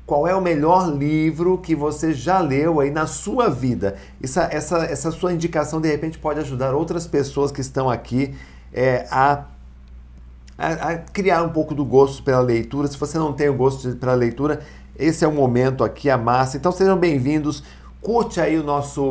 qual é o melhor livro que você já leu aí na sua vida. Essa sua indicação, de repente, pode ajudar outras pessoas que estão aqui a criar um pouco do gosto pela leitura. Se você não tem o gosto pela leitura, esse é o momento aqui, a massa. Então sejam bem-vindos, curte aí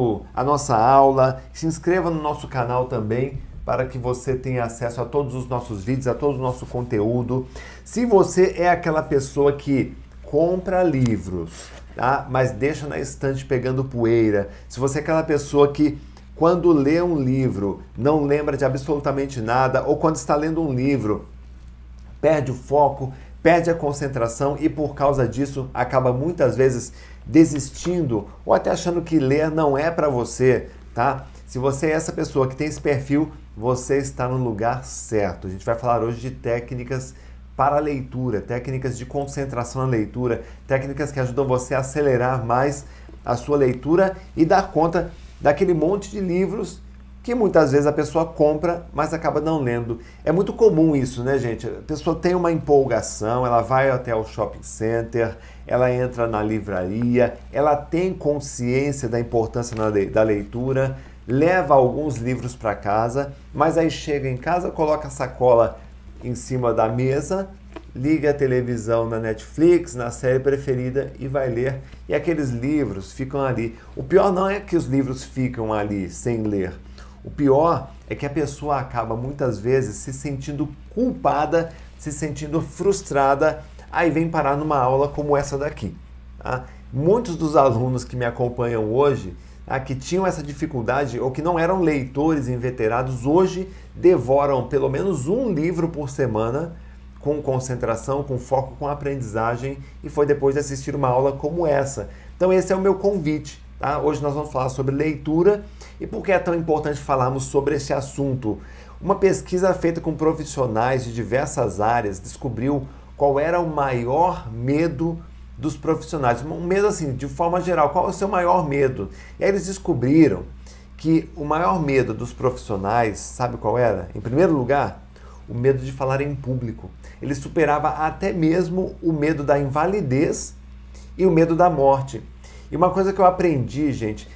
a nossa aula, se inscreva no nosso canal também, para que você tenha acesso a todos os nossos vídeos, a todo o nosso conteúdo. Se você é aquela pessoa que compra livros, tá? Mas deixa na estante pegando poeira, se você é aquela pessoa que quando lê um livro não lembra de absolutamente nada, ou quando está lendo um livro perde o foco, perde a concentração e por causa disso acaba muitas vezes desistindo ou até achando que ler não é para você, tá? Se você é essa pessoa que tem esse perfil, você está no lugar certo. A gente vai falar hoje de técnicas para a leitura, técnicas de concentração na leitura, técnicas que ajudam você a acelerar mais a sua leitura e dar conta daquele monte de livros que muitas vezes a pessoa compra, mas acaba não lendo. É muito comum isso, né, gente? A pessoa tem uma empolgação, ela vai até o shopping center, ela entra na livraria, ela tem consciência da importância da leitura, leva alguns livros para casa, mas aí chega em casa, coloca a sacola em cima da mesa, liga a televisão na Netflix, na série preferida e vai ler. E aqueles livros ficam ali. O pior não é que os livros ficam ali sem ler. O pior é que a pessoa acaba muitas vezes se sentindo culpada, se sentindo frustrada, aí vem parar numa aula como essa daqui. Tá? Muitos dos alunos que me acompanham hoje, que tinham essa dificuldade ou que não eram leitores inveterados, hoje devoram pelo menos um livro por semana com concentração, com foco, com aprendizagem, e foi depois de assistir uma aula como essa. Então esse é o meu convite. Tá? Hoje nós vamos falar sobre leitura e por que é tão importante falarmos sobre esse assunto. Uma pesquisa feita com profissionais de diversas áreas descobriu qual era o maior medo dos profissionais. Um medo assim, de forma geral, qual é o seu maior medo? E aí eles descobriram que o maior medo dos profissionais, sabe qual era? Em primeiro lugar, o medo de falar em público. Ele superava até mesmo o medo da invalidez e o medo da morte. E uma coisa que eu aprendi, gente,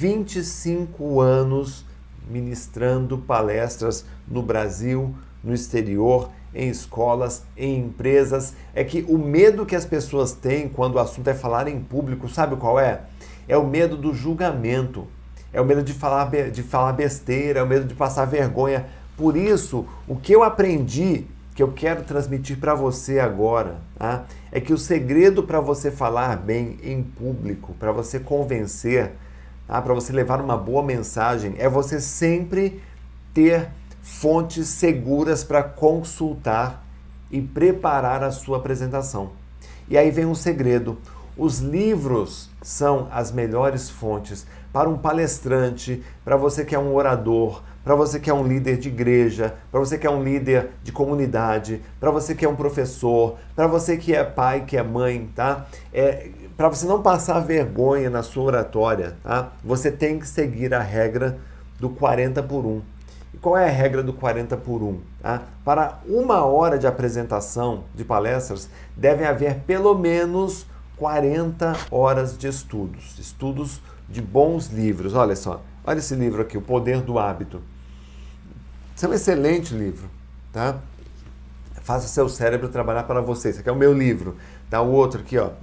25 anos ministrando palestras no Brasil, no exterior, em escolas, em empresas, é que o medo que as pessoas têm quando o assunto é falar em público, sabe qual é? É o medo do julgamento, é o medo de falar besteira, é o medo de passar vergonha. Por isso, o que eu aprendi, que eu quero transmitir para você agora, tá? É que o segredo para você falar bem em público, para você convencer, tá? Para você levar uma boa mensagem, é você sempre ter fontes seguras para consultar e preparar a sua apresentação. E aí vem um segredo. Os livros são as melhores fontes para um palestrante, para você que é um orador, para você que é um líder de igreja, para você que é um líder de comunidade, para você que é um professor, para você que é pai, que é mãe, tá? Para você não passar vergonha na sua oratória, tá? Você tem que seguir a regra do 40 por 1. E qual é a regra do 40 por 1? Tá? Para uma hora de apresentação de palestras, devem haver pelo menos 40 horas de estudos de bons livros. Olha só, olha esse livro aqui, O Poder do Hábito. Esse é um excelente livro, tá? Faça o seu cérebro trabalhar para você. Esse aqui é o meu livro. Tá? O outro aqui, ó,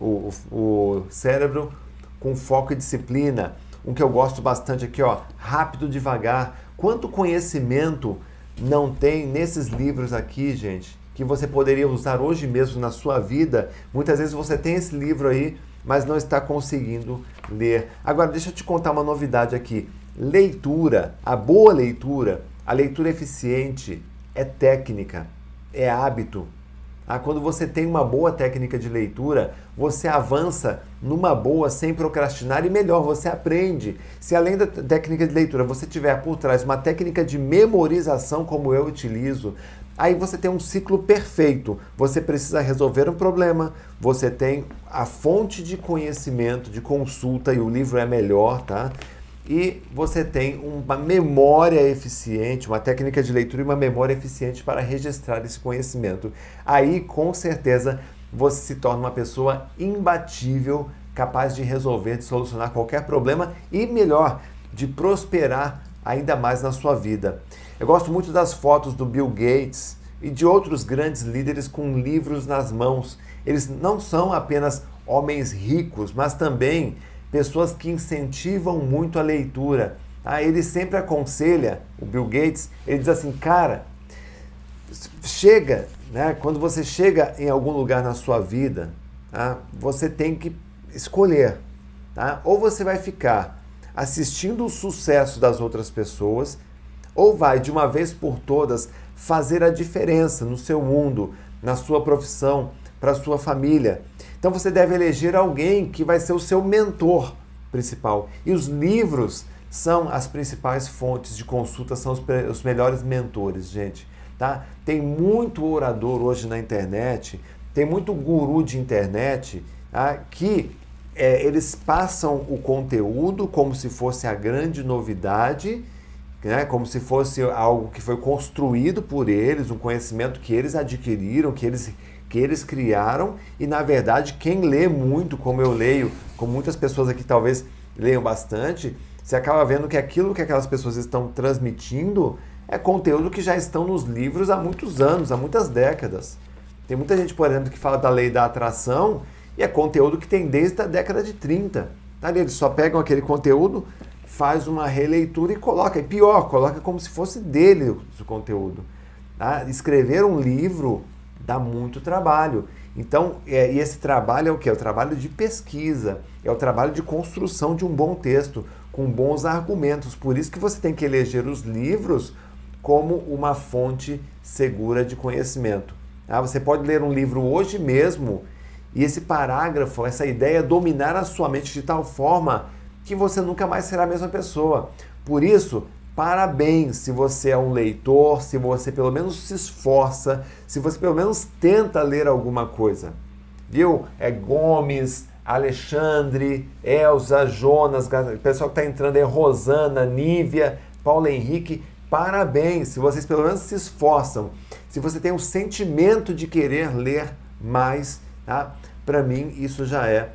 o Cérebro com Foco e Disciplina. Um que eu gosto bastante aqui, ó, Rápido Devagar. Quanto conhecimento não tem nesses livros aqui, gente, que você poderia usar hoje mesmo na sua vida. Muitas vezes você tem esse livro aí, mas não está conseguindo ler. Agora, deixa eu te contar uma novidade aqui. Leitura, a boa leitura, a leitura eficiente é técnica, é hábito. Quando você tem uma boa técnica de leitura, você avança numa boa sem procrastinar e melhor, você aprende. Se além da técnica de leitura você tiver por trás uma técnica de memorização como eu utilizo, aí você tem um ciclo perfeito. Você precisa resolver um problema, você tem a fonte de conhecimento, de consulta, e o livro é melhor, tá? E você tem uma memória eficiente, uma técnica de leitura e uma memória eficiente para registrar esse conhecimento. Aí, com certeza, você se torna uma pessoa imbatível, capaz de resolver, de solucionar qualquer problema e, melhor, de prosperar ainda mais na sua vida. Eu gosto muito das fotos do Bill Gates e de outros grandes líderes com livros nas mãos. Eles não são apenas homens ricos, mas também pessoas que incentivam muito a leitura. Ele sempre aconselha, o Bill Gates, ele diz assim, cara, chega, né? Quando você chega em algum lugar na sua vida, tá? Você tem que escolher, tá? Ou você vai ficar assistindo o sucesso das outras pessoas, ou vai, de uma vez por todas, fazer a diferença no seu mundo, na sua profissão, para a sua família. Então você deve eleger alguém que vai ser o seu mentor principal. E os livros são as principais fontes de consulta, são os melhores mentores, gente. Tá? Tem muito orador hoje na internet, tem muito guru de internet, tá? Que eles passam o conteúdo como se fosse a grande novidade, né? Como se fosse algo que foi construído por eles, um conhecimento que eles adquiriram, que eles criaram, e na verdade quem lê muito, como eu leio, como muitas pessoas aqui talvez leiam bastante, você acaba vendo que aquilo que aquelas pessoas estão transmitindo é conteúdo que já estão nos livros há muitos anos, há muitas décadas. Tem muita gente, por exemplo, que fala da lei da atração e é conteúdo que tem desde a década de 30. Tá? Eles só pegam aquele conteúdo, faz uma releitura e coloca. E pior, coloca como se fosse dele o conteúdo. Tá? Escrever um livro dá muito trabalho. Então, e esse trabalho é o quê? É o trabalho de pesquisa, é o trabalho de construção de um bom texto, com bons argumentos. Por isso que você tem que eleger os livros como uma fonte segura de conhecimento. Tá? Você pode ler um livro hoje mesmo e esse parágrafo, essa ideia dominar a sua mente de tal forma que você nunca mais será a mesma pessoa. Por isso, parabéns se você é um leitor, se você pelo menos se esforça, se você pelo menos tenta ler alguma coisa. Viu? Gomes, Alexandre, Elza, Jonas, o pessoal que está entrando é Rosana, Nívia, Paulo Henrique. Parabéns se vocês pelo menos se esforçam. Se você tem um sentimento de querer ler mais, tá? Para mim isso já é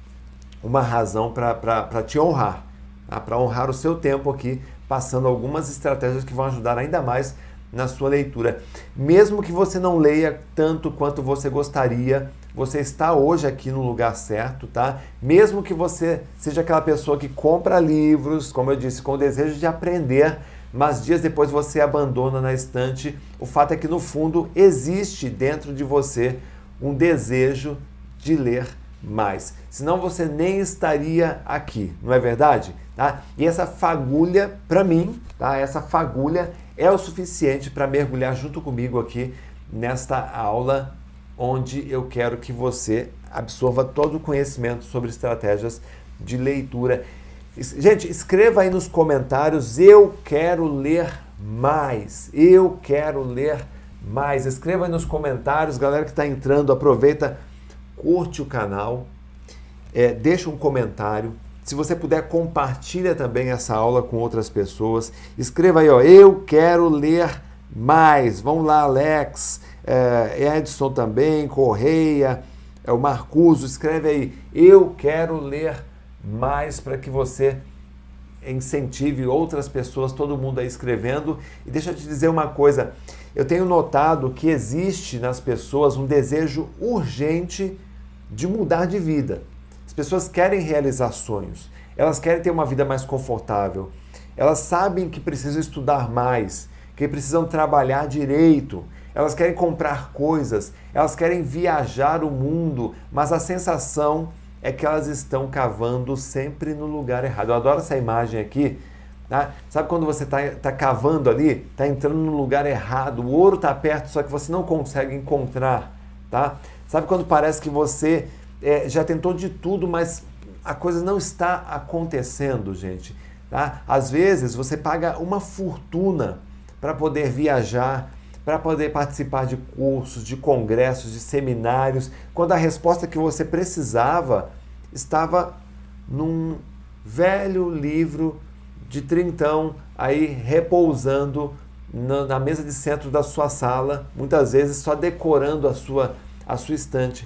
uma razão para te honrar, tá? Para honrar o seu tempo aqui, passando algumas estratégias que vão ajudar ainda mais na sua leitura. Mesmo que você não leia tanto quanto você gostaria, você está hoje aqui no lugar certo, tá? Mesmo que você seja aquela pessoa que compra livros, como eu disse, com o desejo de aprender, mas dias depois você abandona na estante, o fato é que no fundo existe dentro de você um desejo de ler mais. Senão você nem estaria aqui, não é verdade? Tá? E essa fagulha, para mim, tá? Essa fagulha é o suficiente para mergulhar junto comigo aqui nesta aula, onde eu quero que você absorva todo o conhecimento sobre estratégias de leitura. Gente, escreva aí nos comentários, eu quero ler mais, eu quero ler mais. Escreva aí nos comentários, galera que está entrando, aproveita, curte o canal, deixa um comentário. Se você puder, compartilha também essa aula com outras pessoas. Escreva aí, ó, eu quero ler mais. Vamos lá, Alex, Edson também, Correia, o Marcuso, escreve aí, eu quero ler mais, para que você incentive outras pessoas, todo mundo aí escrevendo. E deixa eu te dizer uma coisa, eu tenho notado que existe nas pessoas um desejo urgente de mudar de vida. As pessoas querem realizar sonhos, elas querem ter uma vida mais confortável, elas sabem que precisam estudar mais, que precisam trabalhar direito, elas querem comprar coisas, elas querem viajar o mundo, mas a sensação é que elas estão cavando sempre no lugar errado. Eu adoro essa imagem aqui, tá? Sabe quando você tá cavando ali, tá entrando no lugar errado, o ouro tá perto, só que você não consegue encontrar, tá? Sabe quando parece que você já tentou de tudo, mas a coisa não está acontecendo, gente, tá? Às vezes você paga uma fortuna para poder viajar, para poder participar de cursos, de congressos, de seminários, quando a resposta que você precisava estava num velho livro de trintão aí repousando na mesa de centro da sua sala, muitas vezes só decorando a sua estante.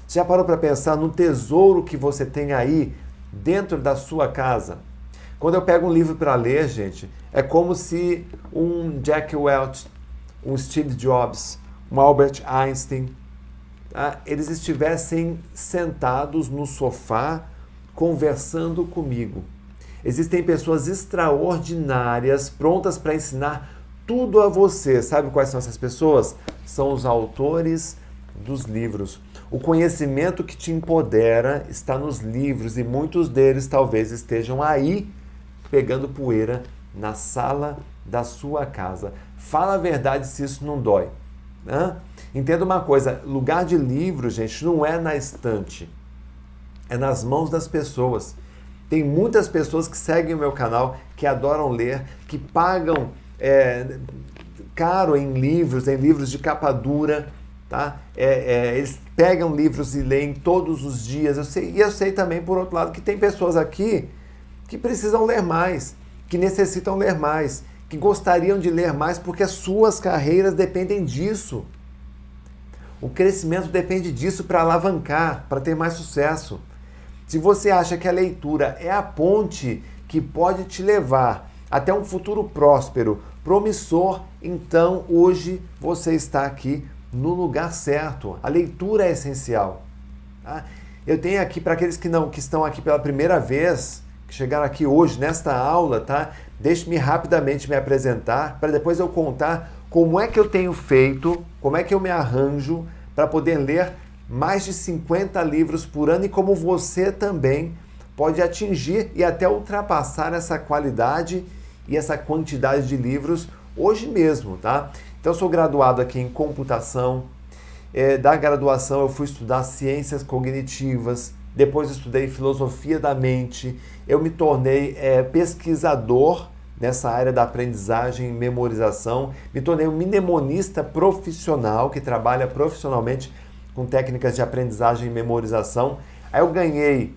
Você já parou para pensar no tesouro que você tem aí dentro da sua casa? Quando eu pego um livro para ler, gente, é como se um Jack Welch, um Steve Jobs, um Albert Einstein, tá? Eles estivessem sentados no sofá conversando comigo. Existem pessoas extraordinárias, prontas para ensinar tudo a você. Sabe quais são essas pessoas? São os autores dos livros. O conhecimento que te empodera está nos livros e muitos deles talvez estejam aí pegando poeira na sala da sua casa. Fala a verdade se isso não dói. Né? Entenda uma coisa, lugar de livro, gente, não é na estante. É nas mãos das pessoas. Tem muitas pessoas que seguem o meu canal, que adoram ler, que pagam caro em livros de capa dura, tá? Eles pegam livros e leem todos os dias. Eu sei também, por outro lado, que tem pessoas aqui que precisam ler mais, que necessitam ler mais, que gostariam de ler mais porque as suas carreiras dependem disso. O crescimento depende disso para alavancar, para ter mais sucesso. Se você acha que a leitura é a ponte que pode te levar até um futuro próspero, promissor, então hoje você está aqui no lugar certo. A leitura é essencial. Tá? Eu tenho aqui, para aqueles que estão aqui pela primeira vez, que chegaram aqui hoje nesta aula, tá? Deixe-me rapidamente me apresentar, para depois eu contar como é que eu tenho feito, como é que eu me arranjo para poder ler mais de 50 livros por ano e como você também pode atingir e até ultrapassar essa qualidade e essa quantidade de livros hoje mesmo, tá? Então eu sou graduado aqui em computação, da graduação eu fui estudar ciências cognitivas, depois estudei filosofia da mente, eu me tornei pesquisador nessa área da aprendizagem e memorização, me tornei um mnemonista profissional que trabalha profissionalmente com técnicas de aprendizagem e memorização. Aí eu ganhei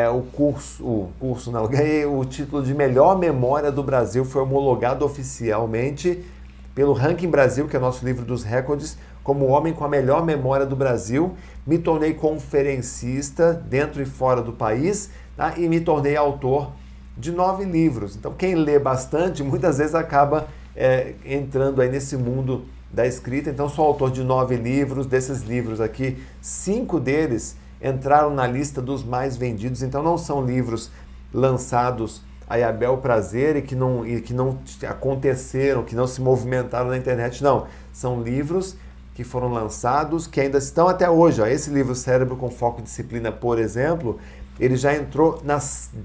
ganhei o título de melhor memória do Brasil, foi homologado oficialmente pelo Ranking Brasil, que é o nosso livro dos recordes, como o homem com a melhor memória do Brasil. Me tornei conferencista dentro e fora do país, tá? E me tornei autor de 9 livros. Então quem lê bastante, muitas vezes acaba entrando aí nesse mundo da escrita. Então sou autor de 9 livros, desses livros aqui, 5 deles entraram na lista dos mais vendidos, então não são livros lançados aí a bel prazer e que não aconteceram, que não se movimentaram na internet, não. São livros que foram lançados, que ainda estão até hoje. Ó. Esse livro, Cérebro com Foco e Disciplina, por exemplo, ele já entrou na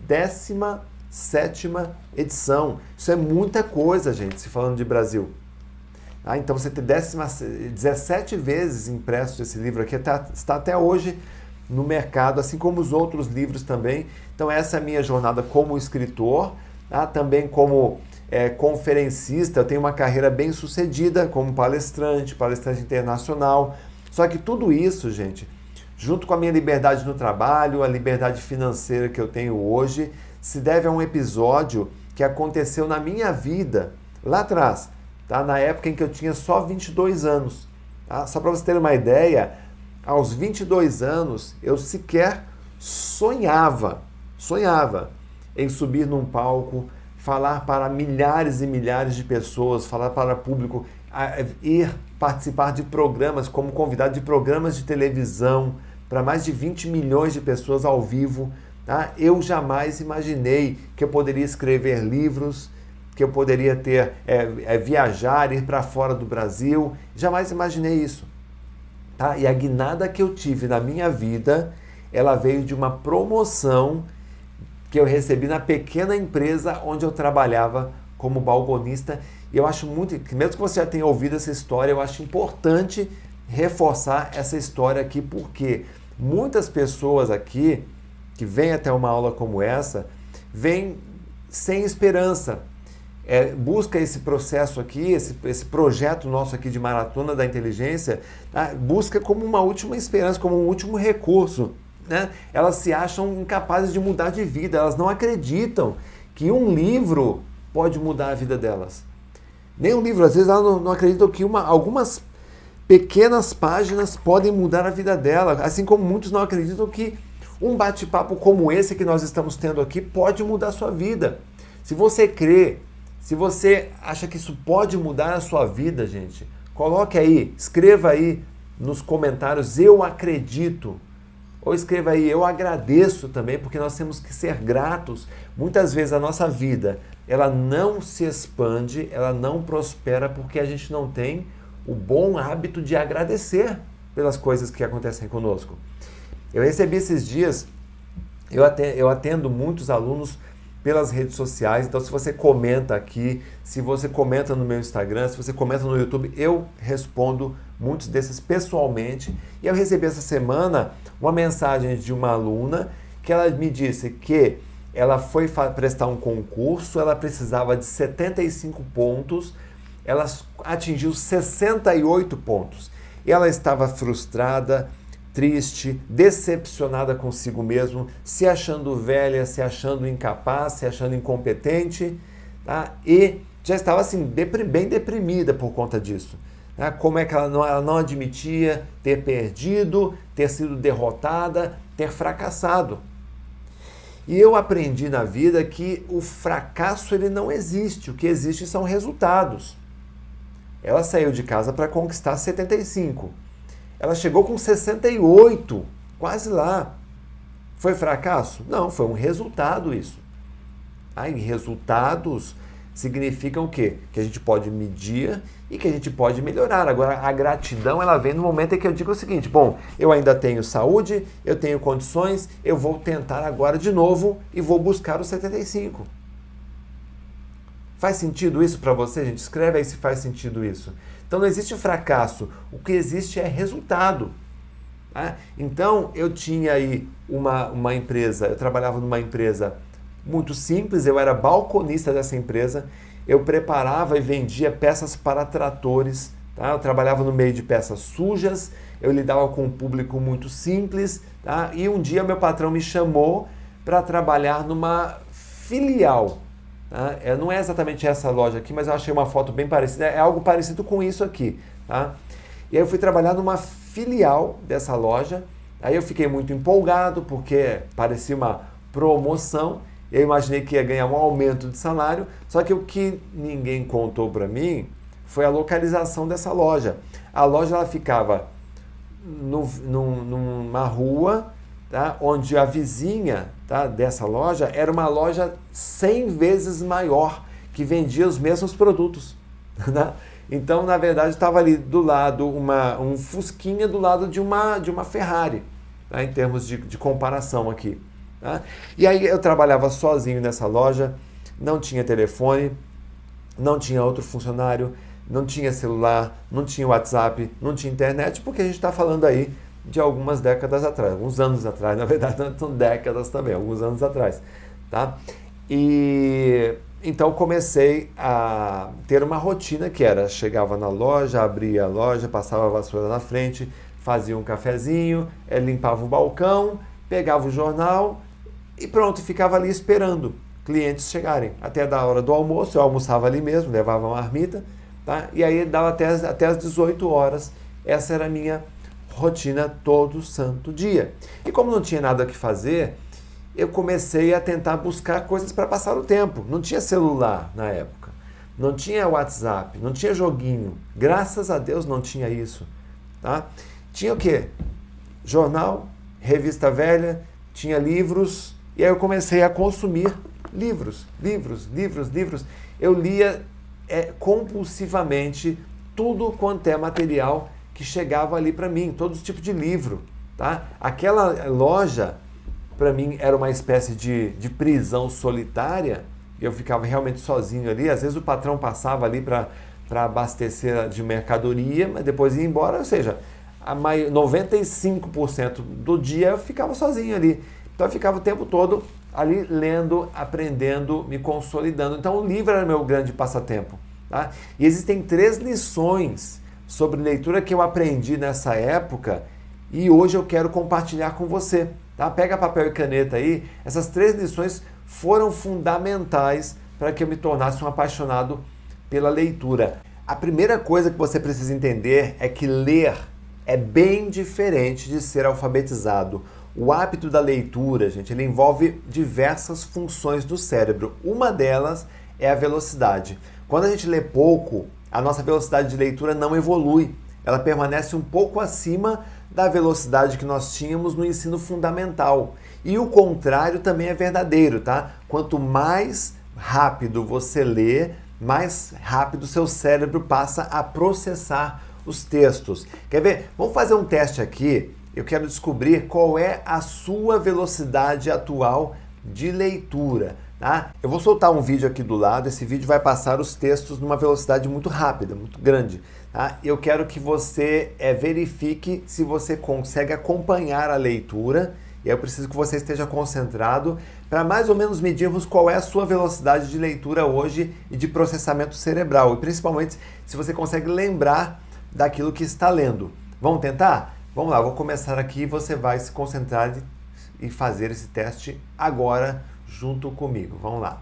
17ª edição. Isso é muita coisa, gente, se falando de Brasil. Então você tem 17 vezes impresso esse livro aqui, está até hoje no mercado, assim como os outros livros também. Então essa é a minha jornada como escritor, tá? Também como conferencista. Eu tenho uma carreira bem sucedida como palestrante internacional. Só que tudo isso, gente, junto com a minha liberdade no trabalho, a liberdade financeira que eu tenho hoje, se deve a um episódio que aconteceu na minha vida, lá atrás, tá? Na época em que eu tinha só 22 anos. Tá? Só para você ter uma ideia, aos 22 anos, eu sequer sonhava em subir num palco, falar para milhares e milhares de pessoas, falar para público, ir participar de programas, como convidado de programas de televisão, para mais de 20 milhões de pessoas ao vivo. Tá? Eu jamais imaginei que eu poderia escrever livros, que eu poderia viajar, ir para fora do Brasil. Jamais imaginei isso. Tá? E a guinada que eu tive na minha vida, ela veio de uma promoção que eu recebi na pequena empresa onde eu trabalhava como balconista. E eu acho muito, mesmo que você já tenha ouvido essa história, eu acho importante reforçar essa história aqui, porque muitas pessoas aqui que vêm até uma aula como essa, vêm sem esperança. Busca esse processo aqui, esse projeto nosso aqui de Maratona da Inteligência, tá? Busca como uma última esperança, como um último recurso. Né? Elas se acham incapazes de mudar de vida, elas não acreditam que um livro pode mudar a vida delas. Nem um livro, às vezes elas não acreditam que algumas pequenas páginas podem mudar a vida dela, assim como muitos não acreditam que um bate-papo como esse que nós estamos tendo aqui pode mudar a sua vida. Se você crê, se você acha que isso pode mudar a sua vida, gente, coloque aí, escreva aí nos comentários, eu acredito. Ou escreva aí, eu agradeço também, porque nós temos que ser gratos. Muitas vezes a nossa vida, ela não se expande, ela não prospera porque a gente não tem o bom hábito de agradecer pelas coisas que acontecem conosco. Eu recebi esses dias, eu atendo muitos alunos pelas redes sociais, então se você comenta aqui, se você comenta no meu Instagram, se você comenta no YouTube, eu respondo muitos desses pessoalmente. E eu recebi essa semana uma mensagem de uma aluna que ela me disse que ela foi prestar um concurso, ela precisava de 75 pontos, ela atingiu 68 pontos. E ela estava frustrada, triste, decepcionada consigo mesmo, se achando velha, se achando incapaz, se achando incompetente, tá? E já estava assim, bem deprimida por conta disso. Tá? Como é que ela não admitia ter perdido, ter sido derrotada, ter fracassado. E eu aprendi na vida que o fracasso ele não existe, o que existe são resultados. Ela saiu de casa para conquistar 75. Ela chegou com 68, quase lá. Foi fracasso? Não, foi um resultado isso. Aí, resultados significam o quê? Que a gente pode medir e que a gente pode melhorar. Agora, a gratidão, ela vem no momento em que eu digo o seguinte, bom, eu ainda tenho saúde, eu tenho condições, eu vou tentar agora de novo e vou buscar os 75. Faz sentido isso para você, gente? Escreve aí se faz sentido isso. Então não existe fracasso, o que existe é resultado. Tá? Então eu tinha aí uma empresa, eu trabalhava numa empresa muito simples, eu era balconista dessa empresa, eu preparava e vendia peças para tratores, tá? Eu trabalhava no meio de peças sujas, eu lidava com um público muito simples, tá? E um dia meu patrão me chamou para trabalhar numa filial. Tá? Não é exatamente essa loja aqui, mas eu achei uma foto bem parecida, é algo parecido com isso aqui. Tá? E aí eu fui trabalhar numa filial dessa loja, aí eu fiquei muito empolgado porque parecia uma promoção, eu imaginei que ia ganhar um aumento de salário, só que o que ninguém contou para mim foi a localização dessa loja. A loja ela ficava numa rua, tá? Onde a vizinha, tá, dessa loja era uma loja 100 vezes maior, que vendia os mesmos produtos. Né? Então, na verdade, estava ali do lado um Fusquinha do lado de uma Ferrari, tá? Em termos de comparação aqui. Tá? E aí eu trabalhava sozinho nessa loja, não tinha telefone, não tinha outro funcionário, não tinha celular, não tinha WhatsApp, não tinha internet, porque a gente está falando aí de algumas décadas atrás, alguns anos atrás, na verdade não são décadas também, alguns anos atrás, tá? E então comecei a ter uma rotina que era, chegava na loja, abria a loja, passava a vassoura na frente, fazia um cafezinho, limpava o balcão, pegava o jornal e pronto, ficava ali esperando clientes chegarem. Até da hora do almoço, eu almoçava ali mesmo, levava uma marmita, tá? E aí dava até as 18 horas, essa era a minha rotina todo santo dia. E como não tinha nada que fazer, eu comecei a tentar buscar coisas para passar o tempo. Não tinha celular na época, não tinha WhatsApp, não tinha joguinho. Graças a Deus não tinha isso. Tá? Tinha o quê? Jornal, revista velha, tinha livros, e aí eu comecei a consumir livros. Eu lia compulsivamente tudo quanto é material que chegava ali para mim, todos os tipos de livro. Tá? Aquela loja, para mim, era uma espécie de prisão solitária, eu ficava realmente sozinho ali, às vezes o patrão passava ali para abastecer de mercadoria, mas depois ia embora, ou seja, 95% do dia eu ficava sozinho ali. Então eu ficava o tempo todo ali lendo, aprendendo, me consolidando. Então o livro era meu grande passatempo. Tá? E existem 3 lições sobre leitura que eu aprendi nessa época e hoje eu quero compartilhar com você. Tá? Pega papel e caneta aí. Essas 3 lições foram fundamentais para que eu me tornasse um apaixonado pela leitura. A primeira coisa que você precisa entender é que ler é bem diferente de ser alfabetizado. O hábito da leitura, gente, ele envolve diversas funções do cérebro. Uma delas é a velocidade. Quando a gente lê pouco, a nossa velocidade de leitura não evolui. Ela permanece um pouco acima da velocidade que nós tínhamos no ensino fundamental. E o contrário também é verdadeiro, tá? Quanto mais rápido você lê, mais rápido seu cérebro passa a processar os textos. Quer ver? Vamos fazer um teste aqui. Eu quero descobrir qual é a sua velocidade atual de leitura. Tá? Eu vou soltar um vídeo aqui do lado, esse vídeo vai passar os textos numa velocidade muito rápida, muito grande. Tá? Eu quero que você verifique se você consegue acompanhar a leitura, e eu preciso que você esteja concentrado para mais ou menos medirmos qual é a sua velocidade de leitura hoje e de processamento cerebral, e principalmente se você consegue lembrar daquilo que está lendo. Vamos tentar? Vamos lá, eu vou começar aqui e você vai se concentrar e fazer esse teste agora junto comigo. Vamos lá.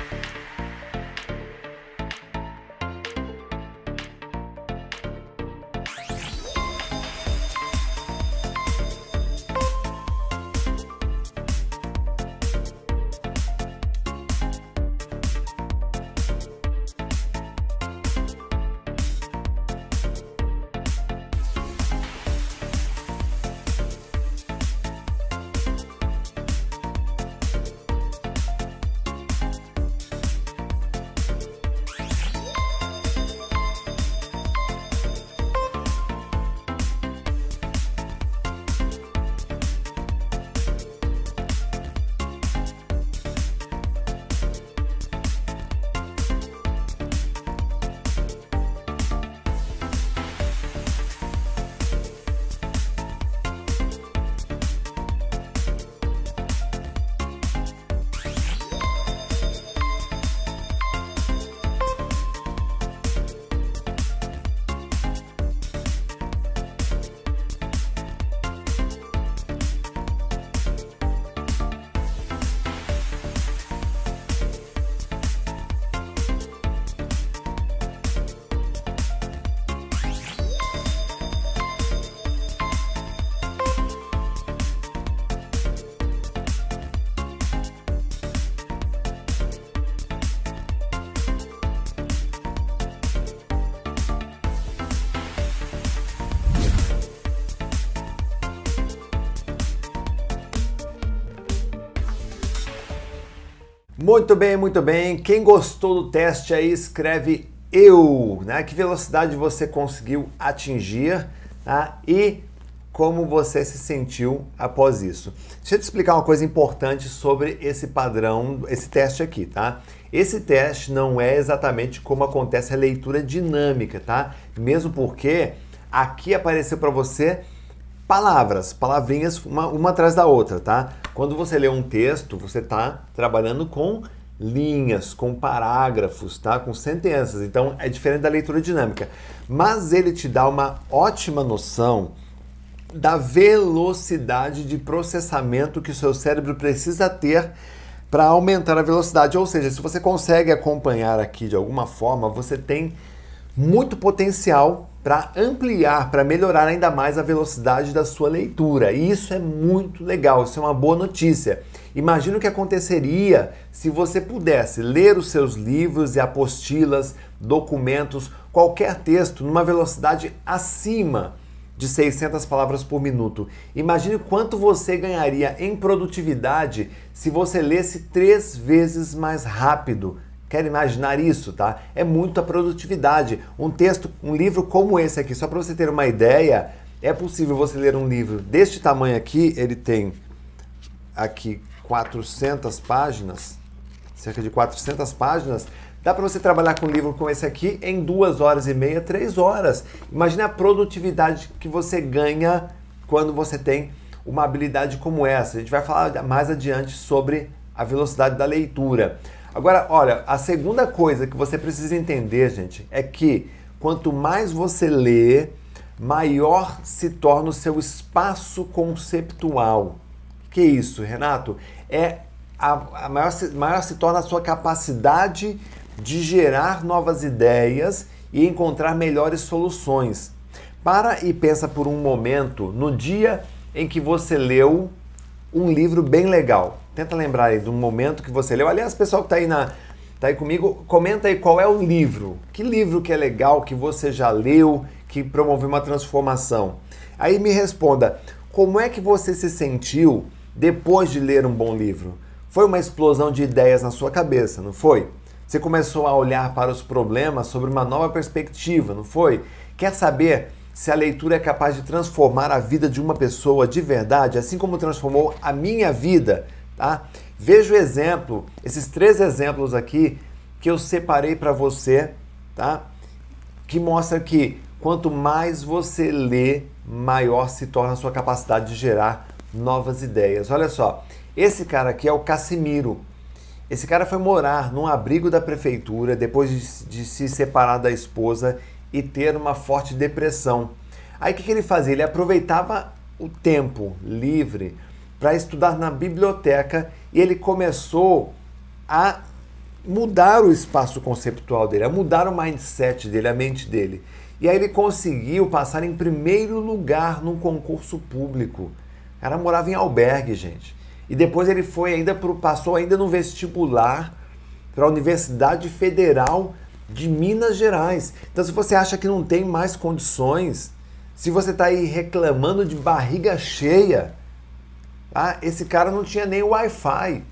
Muito bem, muito bem. Quem gostou do teste aí, escreve eu, né? Que velocidade você conseguiu atingir, tá? E como você se sentiu após isso. Deixa eu te explicar uma coisa importante sobre esse padrão, esse teste aqui, tá? Esse teste não é exatamente como acontece a leitura dinâmica, tá? Mesmo porque aqui apareceu para você palavrinhas uma atrás da outra, tá? Quando você lê um texto, você está trabalhando com linhas, com parágrafos, tá? Com sentenças. Então é diferente da leitura dinâmica. Mas ele te dá uma ótima noção da velocidade de processamento que o seu cérebro precisa ter para aumentar a velocidade. Ou seja, se você consegue acompanhar aqui de alguma forma, você tem muito potencial para ampliar, para melhorar ainda mais a velocidade da sua leitura. E isso é muito legal, isso é uma boa notícia. Imagina o que aconteceria se você pudesse ler os seus livros e apostilas, documentos, qualquer texto numa velocidade acima de 600 palavras por minuto. Imagine quanto você ganharia em produtividade se você lesse 3 vezes mais rápido. Quer imaginar isso, tá? É muita produtividade. Um livro como esse aqui, só para você ter uma ideia, é possível você ler um livro deste tamanho aqui, ele tem aqui 400 páginas, cerca de 400 páginas, dá para você trabalhar com um livro como esse aqui em 2 horas e meia, 3 horas. Imagina a produtividade que você ganha quando você tem uma habilidade como essa. A gente vai falar mais adiante sobre a velocidade da leitura. Agora, olha, a segunda coisa que você precisa entender, gente, é que quanto mais você lê, maior se torna o seu espaço conceptual. Que isso, Renato? Maior se torna a sua capacidade de gerar novas ideias e encontrar melhores soluções. Para e pensa por um momento no dia em que você leu um livro bem legal. Tenta lembrar aí de um momento que você leu. Aliás, pessoal que tá aí comigo, comenta aí qual é o livro. Que livro que é legal, que você já leu, que promoveu uma transformação. Aí me responda, como é que você se sentiu depois de ler um bom livro? Foi uma explosão de ideias na sua cabeça, não foi? Você começou a olhar para os problemas sobre uma nova perspectiva, não foi? Quer saber se a leitura é capaz de transformar a vida de uma pessoa de verdade, assim como transformou a minha vida, tá? Veja o exemplo, esses 3 exemplos aqui que eu separei para você, tá? Que mostra que quanto mais você lê, maior se torna a sua capacidade de gerar novas ideias. Olha só, esse cara aqui é o Casimiro. Esse cara foi morar num abrigo da prefeitura depois de se separar da esposa e ter uma forte depressão. Aí o que ele fazia? Ele aproveitava o tempo livre para estudar na biblioteca e ele começou a mudar o espaço conceptual dele, a mudar o mindset dele, a mente dele. E aí ele conseguiu passar em primeiro lugar num concurso público. O cara morava em albergue, gente. E depois ele passou ainda no vestibular para a Universidade Federal de Minas Gerais. Então, se você acha que não tem mais condições, se você está aí reclamando de barriga cheia, tá? Esse cara não tinha nem Wi-Fi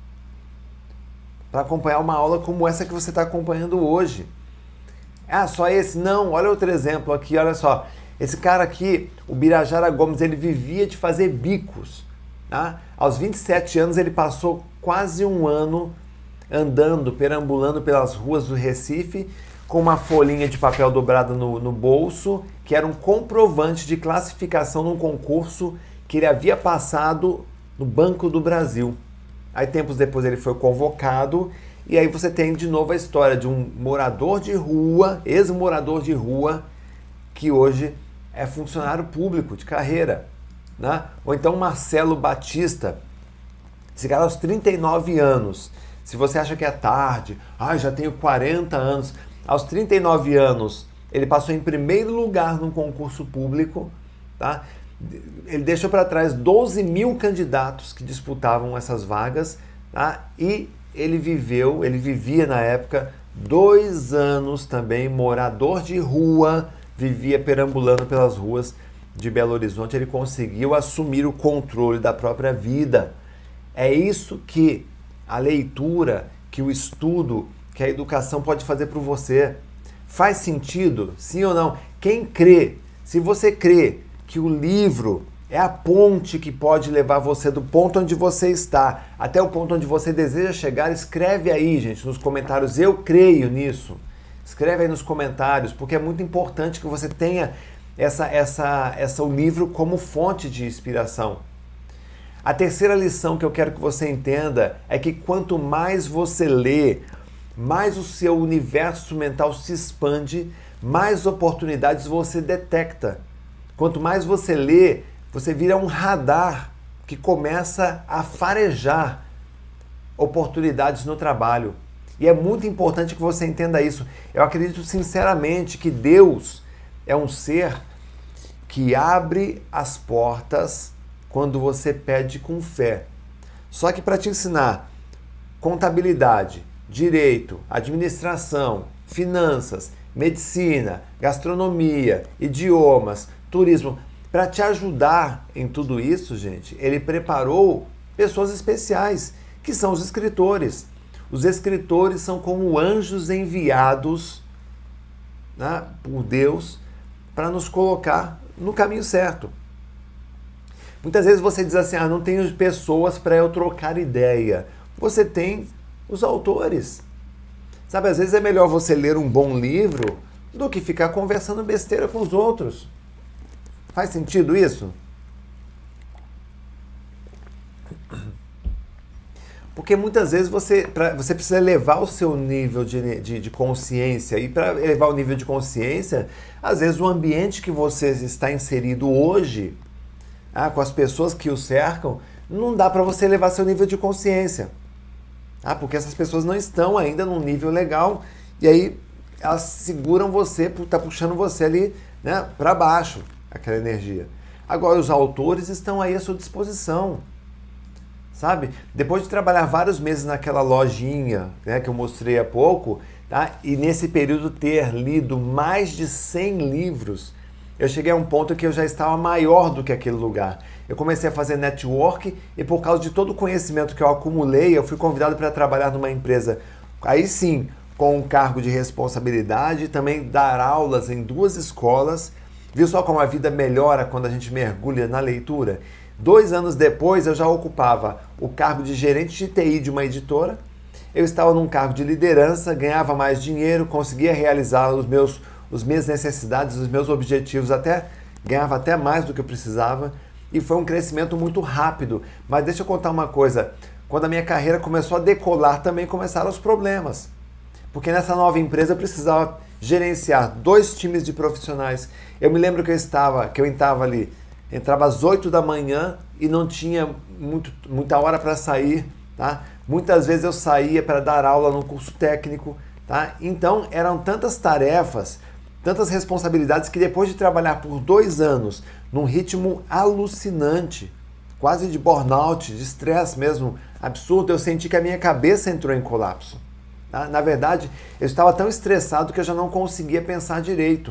para acompanhar uma aula como essa que você está acompanhando hoje. Ah, só esse? Não, olha outro exemplo aqui, olha só. Esse cara aqui, o Birajara Gomes, ele vivia de fazer bicos. Tá? Aos 27 anos ele passou quase um ano andando, perambulando pelas ruas do Recife com uma folhinha de papel dobrada no bolso, que era um comprovante de classificação num concurso que ele havia passado no Banco do Brasil. Aí tempos depois ele foi convocado e aí você tem de novo a história de um morador de rua, ex-morador de rua, que hoje é funcionário público de carreira. Né? Ou então Marcelo Batista, esse cara aos 39 anos. Se você acha que é tarde, já tenho 40 anos. Aos 39 anos, ele passou em primeiro lugar num concurso público. Tá? Ele deixou para trás 12 mil candidatos que disputavam essas vagas. Tá? E ele vivia na época 2 anos também, morador de rua, vivia perambulando pelas ruas de Belo Horizonte. Ele conseguiu assumir o controle da própria vida. É isso que a leitura, que o estudo, que a educação pode fazer por você. Faz sentido? Sim ou não? Quem crê, se você crê que o livro é a ponte que pode levar você do ponto onde você está até o ponto onde você deseja chegar, escreve aí, gente, nos comentários, eu creio nisso. Escreve aí nos comentários, porque é muito importante que você tenha o livro como fonte de inspiração. A terceira lição que eu quero que você entenda é que quanto mais você lê, mais o seu universo mental se expande, mais oportunidades você detecta. Quanto mais você lê, você vira um radar que começa a farejar oportunidades no trabalho. E é muito importante que você entenda isso. Eu acredito sinceramente que Deus é um ser que abre as portas quando você pede com fé. Só que para te ensinar contabilidade, direito, administração, finanças, medicina, gastronomia, idiomas, turismo, para te ajudar em tudo isso, gente, ele preparou pessoas especiais, que são os escritores. Os escritores são como anjos enviados, né, por Deus para nos colocar no caminho certo. Muitas vezes você diz assim, não tenho pessoas para eu trocar ideia. Você tem os autores. Sabe, às vezes é melhor você ler um bom livro do que ficar conversando besteira com os outros. Faz sentido isso? Porque muitas vezes você precisa elevar o seu nível de consciência. E para elevar o nível de consciência, às vezes o ambiente que você está inserido hoje, com as pessoas que o cercam, não dá para você elevar seu nível de consciência. Porque essas pessoas não estão ainda num nível legal. E aí elas seguram você, tá puxando você ali, né, para baixo, aquela energia. Agora, os autores estão aí à sua disposição, sabe? Depois de trabalhar vários meses naquela lojinha, né, que eu mostrei há pouco, tá? E nesse período ter lido mais de 100 livros, eu cheguei a um ponto que eu já estava maior do que aquele lugar. Eu comecei a fazer network e por causa de todo o conhecimento que eu acumulei, eu fui convidado para trabalhar numa empresa, aí sim, com um cargo de responsabilidade, e também dar aulas em 2 escolas. Viu só como a vida melhora quando a gente mergulha na leitura? 2 anos depois eu já ocupava o cargo de gerente de TI de uma editora. Eu estava num cargo de liderança, ganhava mais dinheiro, conseguia realizar as minhas necessidades, os meus objetivos, ganhava até mais do que eu precisava. E foi um crescimento muito rápido. Mas deixa eu contar uma coisa. Quando a minha carreira começou a decolar, também começaram os problemas. Porque nessa nova empresa eu precisava gerenciar 2 times de profissionais. Eu me lembro que eu entrava ali, entrava às 8 da manhã e não tinha muita hora para sair, tá? Muitas vezes eu saía para dar aula no curso técnico, tá? Então eram tantas tarefas, tantas responsabilidades que depois de trabalhar por 2 anos num ritmo alucinante, quase de burnout, de estresse mesmo, absurdo, eu senti que a minha cabeça entrou em colapso. Tá? Na verdade, eu estava tão estressado que eu já não conseguia pensar direito.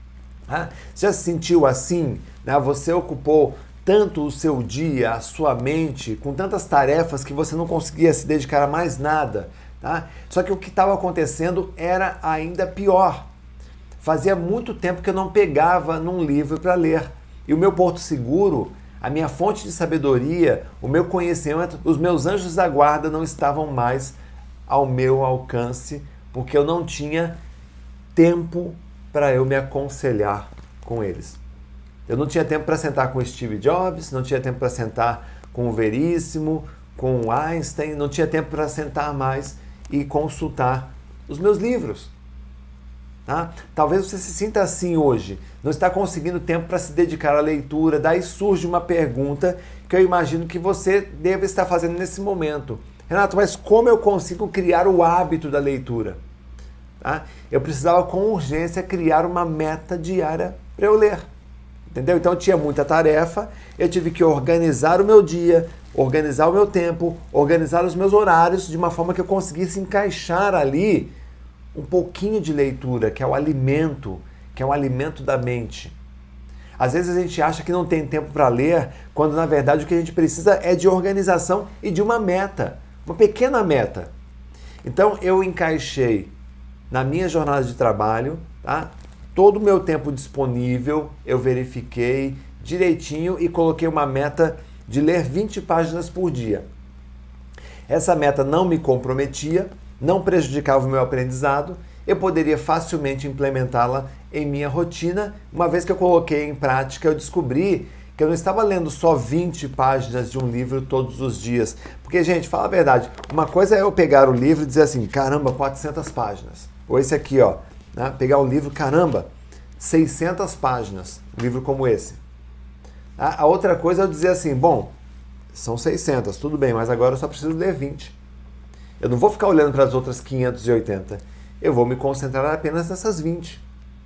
Tá? Você já se sentiu assim? Né? Você ocupou tanto o seu dia, a sua mente, com tantas tarefas que você não conseguia se dedicar a mais nada. Tá? Só que o que estava acontecendo era ainda pior. Fazia muito tempo que eu não pegava num livro para ler. E o meu porto seguro, a minha fonte de sabedoria, o meu conhecimento, os meus anjos da guarda não estavam mais ao meu alcance, porque eu não tinha tempo para eu me aconselhar com eles. Eu não tinha tempo para sentar com Steve Jobs, não tinha tempo para sentar com o Veríssimo, com o Einstein, não tinha tempo para sentar mais e consultar os meus livros. Tá? Talvez você se sinta assim hoje, não está conseguindo tempo para se dedicar à leitura, daí surge uma pergunta que eu imagino que você deve estar fazendo nesse momento. Renato, mas como eu consigo criar o hábito da leitura? Tá? Eu precisava com urgência criar uma meta diária para eu ler. Entendeu? Então eu tinha muita tarefa, eu tive que organizar o meu dia, organizar o meu tempo, organizar os meus horários de uma forma que eu conseguisse encaixar ali um pouquinho de leitura, que é o alimento da mente. Às vezes a gente acha que não tem tempo para ler, quando na verdade o que a gente precisa é de organização e de uma meta, uma pequena meta. Então eu encaixei na minha jornada de trabalho, tá? Todo o meu tempo disponível, eu verifiquei direitinho e coloquei uma meta de ler 20 páginas por dia. Essa meta não me comprometia, não prejudicava o meu aprendizado, eu poderia facilmente implementá-la em minha rotina. Uma vez que eu coloquei em prática, eu descobri que eu não estava lendo só 20 páginas de um livro todos os dias. Porque, gente, fala a verdade, uma coisa é eu pegar o livro e dizer assim, caramba, 400 páginas. Ou esse aqui, ó, né? Pegar o livro, caramba, 600 páginas, um livro como esse. A outra coisa é eu dizer assim, bom, são 600, tudo bem, mas agora eu só preciso ler 20. Eu não vou ficar olhando para as outras 580. Eu vou me concentrar apenas nessas 20.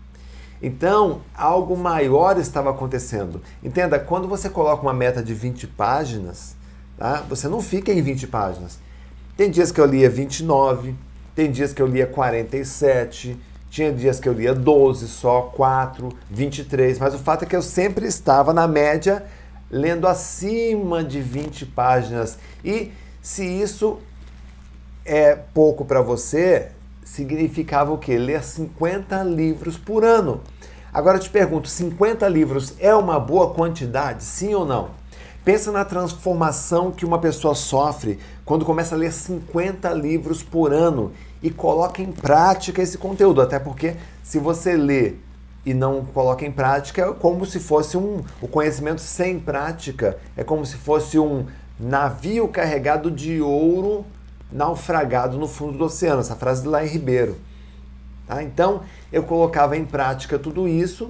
Então, algo maior estava acontecendo. Entenda, quando você coloca uma meta de 20 páginas, tá? Você não fica em 20 páginas. Tem dias que eu lia 29, tem dias que eu lia 47, tinha dias que eu lia 12 só, 4, 23, mas o fato é que eu sempre estava na média lendo acima de 20 páginas. E se isso é pouco para você, significava o quê? Ler 50 livros por ano. Agora eu te pergunto, 50 livros é uma boa quantidade, sim ou não? Pensa na transformação que uma pessoa sofre quando começa a ler 50 livros por ano e coloca em prática esse conteúdo. Até porque se você lê e não coloca em prática, é como se fosse o conhecimento sem prática. É como se fosse um navio carregado de ouro naufragado no fundo do oceano, essa frase de lá em Ribeiro. Tá? Então, eu colocava em prática tudo isso,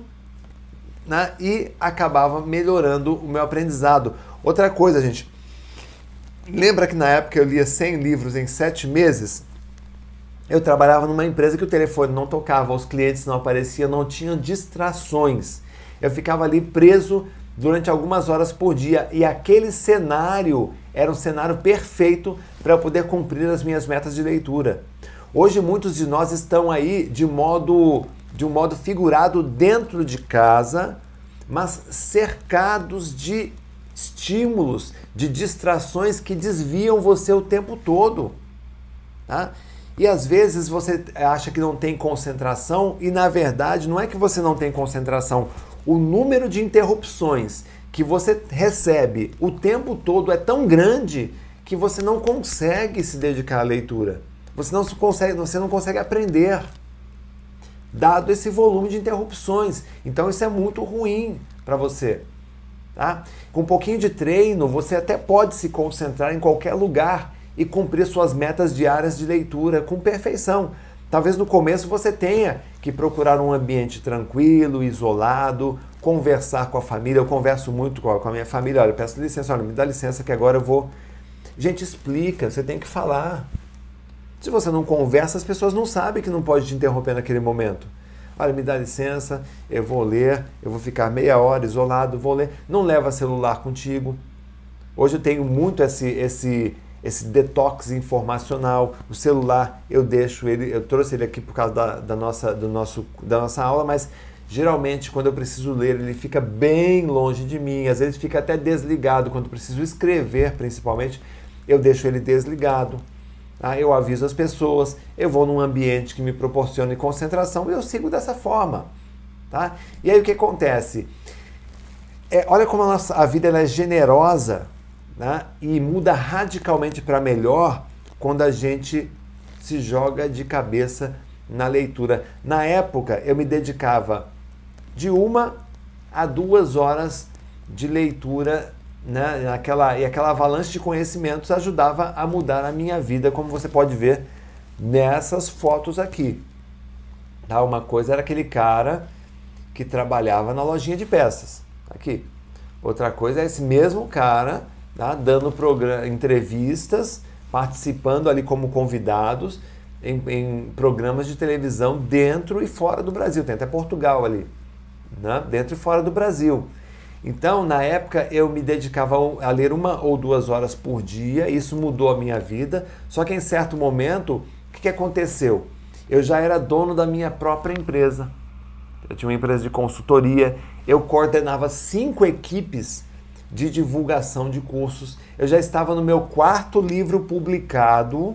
né, e acabava melhorando o meu aprendizado. Outra coisa, gente, lembra que na época eu lia 100 livros em 7 meses? Eu trabalhava numa empresa que o telefone não tocava, os clientes não apareciam, não tinham distrações. Eu ficava ali preso durante algumas horas por dia e aquele cenário era um cenário perfeito para eu poder cumprir as minhas metas de leitura. Hoje muitos de nós estão aí de um modo figurado dentro de casa, mas cercados de estímulos, de distrações que desviam você o tempo todo. Tá? E às vezes você acha que não tem concentração e na verdade não é que você não tem concentração. O número de interrupções que você recebe o tempo todo é tão grande que você não consegue se dedicar à leitura. Você não consegue aprender, dado esse volume de interrupções. Então isso é muito ruim para você. Tá? Com um pouquinho de treino, você até pode se concentrar em qualquer lugar e cumprir suas metas diárias de leitura com perfeição. Talvez no começo você tenha que procurar um ambiente tranquilo, isolado, conversar com a família. Eu converso muito com a minha família. Olha, peço licença, olha, me dá licença que agora eu vou... Gente, explica, você tem que falar. Se você não conversa, as pessoas não sabem que não pode te interromper naquele momento. Olha, me dá licença, eu vou ler, eu vou ficar meia hora isolado, vou ler. Não leva celular contigo. Hoje eu tenho muito esse detox informacional. O celular, eu deixo ele, eu trouxe ele aqui por causa da nossa aula, mas geralmente quando eu preciso ler, ele fica bem longe de mim, às vezes fica até desligado. Quando eu preciso escrever, principalmente, eu deixo ele desligado. Eu aviso as pessoas, eu vou num ambiente que me proporcione concentração e eu sigo dessa forma. Tá? E aí o que acontece? Olha como a vida ela é generosa, né? E muda radicalmente para melhor quando a gente se joga de cabeça na leitura. Na época eu me dedicava de 1 a 2 horas de leitura, né? E aquela avalanche de conhecimentos ajudava a mudar a minha vida, como você pode ver nessas fotos aqui. Tá? Uma coisa era aquele cara que trabalhava na lojinha de peças, aqui. Outra coisa é esse mesmo cara, tá? Dando entrevistas, participando ali como convidados em programas de televisão dentro e fora do Brasil. Tem até Portugal ali, né? Dentro e fora do Brasil. Então, na época, eu me dedicava a ler 1 ou 2 horas por dia, isso mudou a minha vida, só que em certo momento, o que aconteceu? Eu já era dono da minha própria empresa, eu tinha uma empresa de consultoria, eu coordenava 5 equipes de divulgação de cursos, eu já estava no meu 4º livro publicado,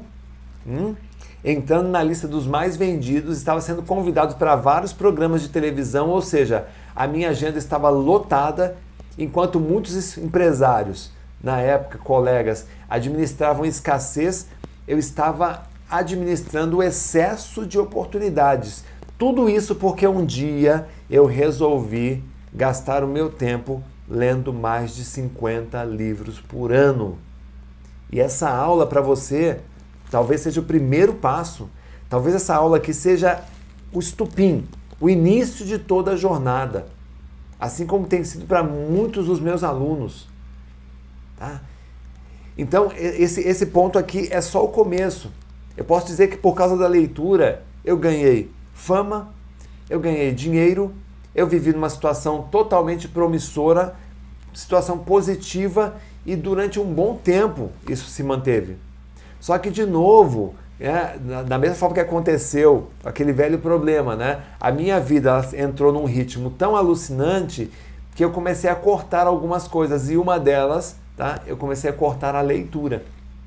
entrando na lista dos mais vendidos, estava sendo convidado para vários programas de televisão, ou seja, a minha agenda estava lotada, enquanto muitos empresários, na época, colegas, administravam escassez, eu estava administrando o excesso de oportunidades. Tudo isso porque um dia eu resolvi gastar o meu tempo lendo mais de 50 livros por ano. E essa aula para você talvez seja o primeiro passo, talvez essa aula aqui seja o estupim, o início de toda a jornada, assim como tem sido para muitos dos meus alunos. Tá? Então, esse ponto aqui é só o começo. Eu posso dizer que por causa da leitura, eu ganhei fama, eu ganhei dinheiro, eu vivi numa situação totalmente promissora, situação positiva, e durante um bom tempo isso se manteve. Só que, de novo, da mesma forma que aconteceu aquele velho problema, né? A minha vida ela entrou num ritmo tão alucinante que eu comecei a cortar algumas coisas, e uma delas, tá? Eu comecei a cortar a leitura.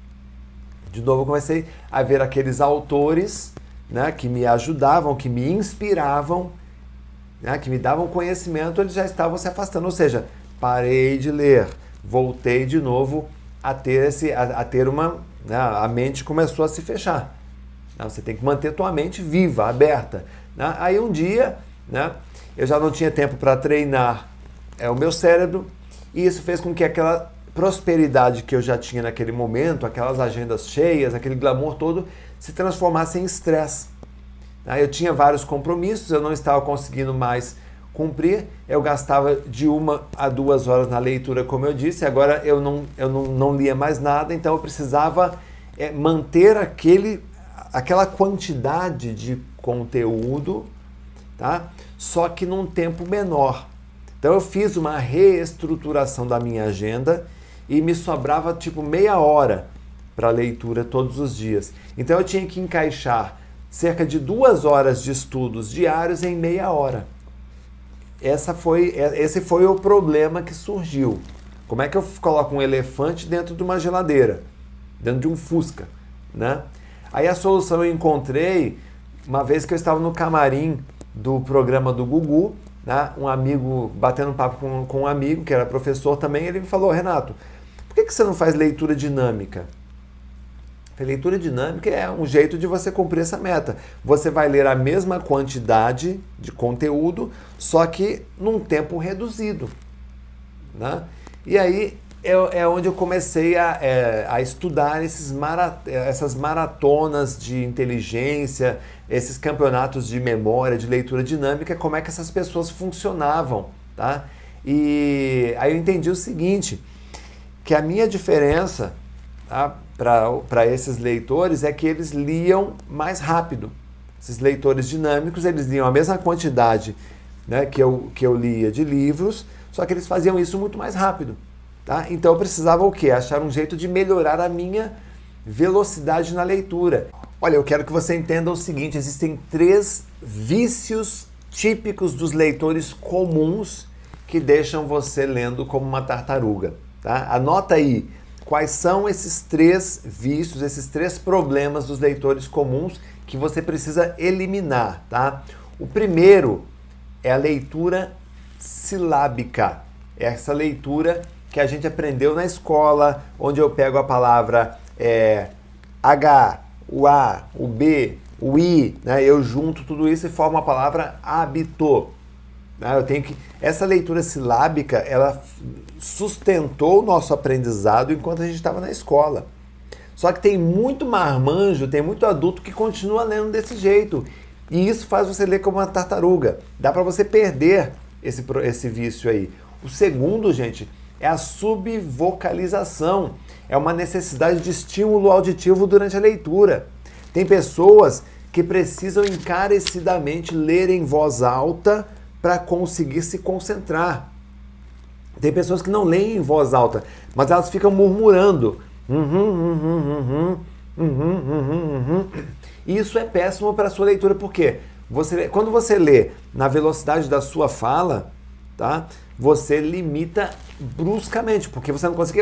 De novo, eu comecei a ver aqueles autores, né, que me ajudavam, que me inspiravam, né, que me davam conhecimento, eles já estavam se afastando. Ou seja, parei de ler, voltei de novo a ter uma... Né, a mente começou a se fechar. Você tem que manter tua mente viva, aberta. Né? Aí um dia, né, eu já não tinha tempo para treinar o meu cérebro, e isso fez com que aquela prosperidade que eu já tinha naquele momento, aquelas agendas cheias, aquele glamour todo, se transformasse em estresse. Eu tinha vários compromissos, eu não estava conseguindo mais cumprir, eu gastava de 1 a 2 horas na leitura, como eu disse, agora eu não lia mais nada, então eu precisava manter aquela quantidade de conteúdo, tá? Só que num tempo menor. Então eu fiz uma reestruturação da minha agenda e me sobrava tipo meia hora para leitura todos os dias. Então eu tinha que encaixar cerca de 2 horas de estudos diários em meia hora. Esse foi o problema que surgiu. Como é que eu coloco um elefante dentro de uma geladeira? Dentro de um Fusca, né? Aí a solução eu encontrei uma vez que eu estava no camarim do programa do Gugu, né? Um amigo, batendo papo com um amigo que era professor também, ele me falou: Renato, por que você não faz leitura dinâmica? Leitura dinâmica é um jeito de você cumprir essa meta. Você vai ler a mesma quantidade de conteúdo, só que num tempo reduzido, né? E aí é onde eu comecei a estudar essas maratonas de inteligência, esses campeonatos de memória, de leitura dinâmica, como é que essas pessoas funcionavam, tá? E aí eu entendi o seguinte, que a minha diferença, tá, para esses leitores é que eles liam mais rápido. Esses leitores dinâmicos, eles liam a mesma quantidade, né, que eu lia de livros, só que eles faziam isso muito mais rápido. Tá? Então eu precisava o quê? Achar um jeito de melhorar a minha velocidade na leitura. Olha, eu quero que você entenda o seguinte, existem 3 vícios típicos dos leitores comuns que deixam você lendo como uma tartaruga. Tá? Anota aí quais são esses 3 vícios, esses 3 problemas dos leitores comuns que você precisa eliminar. Tá? O primeiro é a leitura silábica. É essa leitura que a gente aprendeu na escola, onde eu pego a palavra H, o A, o B, o I, né? Eu junto tudo isso e formo a palavra hábito. Né? Essa leitura silábica, ela sustentou o nosso aprendizado enquanto a gente estava na escola. Só que tem muito marmanjo, tem muito adulto que continua lendo desse jeito. E isso faz você ler como uma tartaruga. Dá para você perder esse vício aí. O segundo, gente, é a subvocalização. É uma necessidade de estímulo auditivo durante a leitura. Tem pessoas que precisam encarecidamente ler em voz alta para conseguir se concentrar. Tem pessoas que não leem em voz alta, mas elas ficam murmurando. E isso é péssimo para a sua leitura, porque quando você lê na velocidade da sua fala, tá? Você limita bruscamente, porque você não consegue,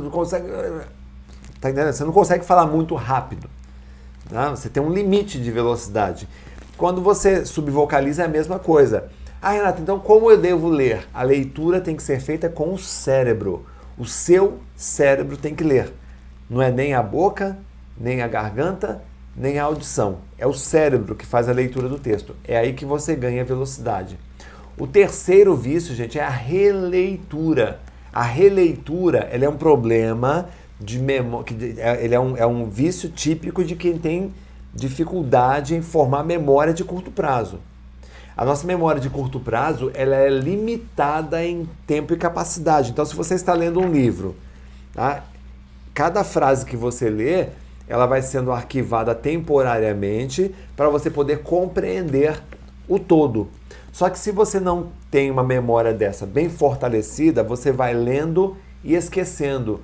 tá entendendo? Você não consegue falar muito rápido, tá? Você tem um limite de velocidade. Quando você subvocaliza é a mesma coisa. Ah, Renato, então como eu devo ler? A leitura tem que ser feita com o cérebro. O seu cérebro tem que ler. Não é nem a boca, nem a garganta, nem a audição. É o cérebro que faz a leitura do texto. É aí que você ganha velocidade. O terceiro vício, gente, é a releitura. A releitura, ela é um problema de memória, ele é um vício típico de quem tem dificuldade em formar memória de curto prazo. A nossa memória de curto prazo, ela é limitada em tempo e capacidade. Então, se você está lendo um livro, tá? Cada frase que você lê, ela vai sendo arquivada temporariamente para você poder compreender o todo. Só que se você não tem uma memória dessa bem fortalecida, você vai lendo e esquecendo,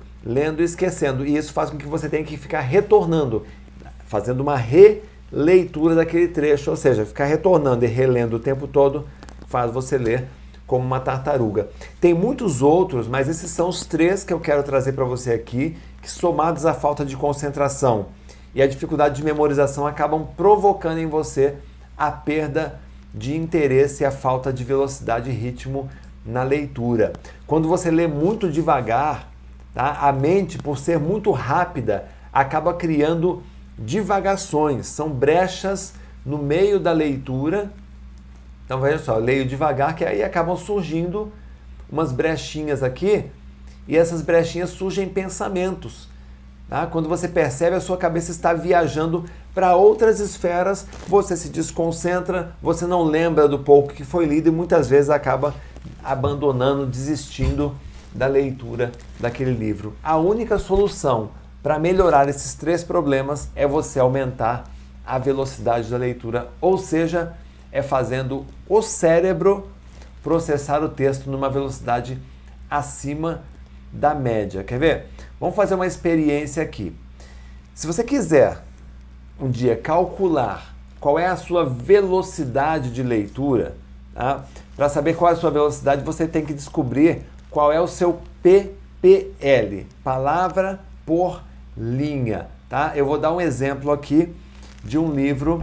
e isso faz com que você tenha que ficar retornando, fazendo uma releitura daquele trecho, ou seja, ficar retornando e relendo o tempo todo faz você ler como uma tartaruga. Tem muitos outros, mas esses são os 3 que eu quero trazer para você aqui, que somados à falta de concentração e a dificuldade de memorização acabam provocando em você a perda de interesse e a falta de velocidade e ritmo na leitura. Quando você lê muito devagar, tá? A mente, por ser muito rápida, acaba criando divagações, são brechas no meio da leitura. Então veja só, eu leio devagar, que aí acabam surgindo umas brechinhas aqui, e essas brechinhas surgem pensamentos. Tá? Quando você percebe, a sua cabeça está viajando para outras esferas, você se desconcentra, você não lembra do pouco que foi lido e muitas vezes acaba abandonando, desistindo da leitura daquele livro. A única solução para melhorar esses 3 problemas é você aumentar a velocidade da leitura, ou seja, é fazendo o cérebro processar o texto numa velocidade acima da média. Quer ver? Vamos fazer uma experiência aqui. Se você quiser um dia calcular qual é a sua velocidade de leitura, tá? Para saber qual é a sua velocidade, você tem que descobrir qual é o seu PPL, palavra por linha. Tá? Eu vou dar um exemplo aqui de um livro,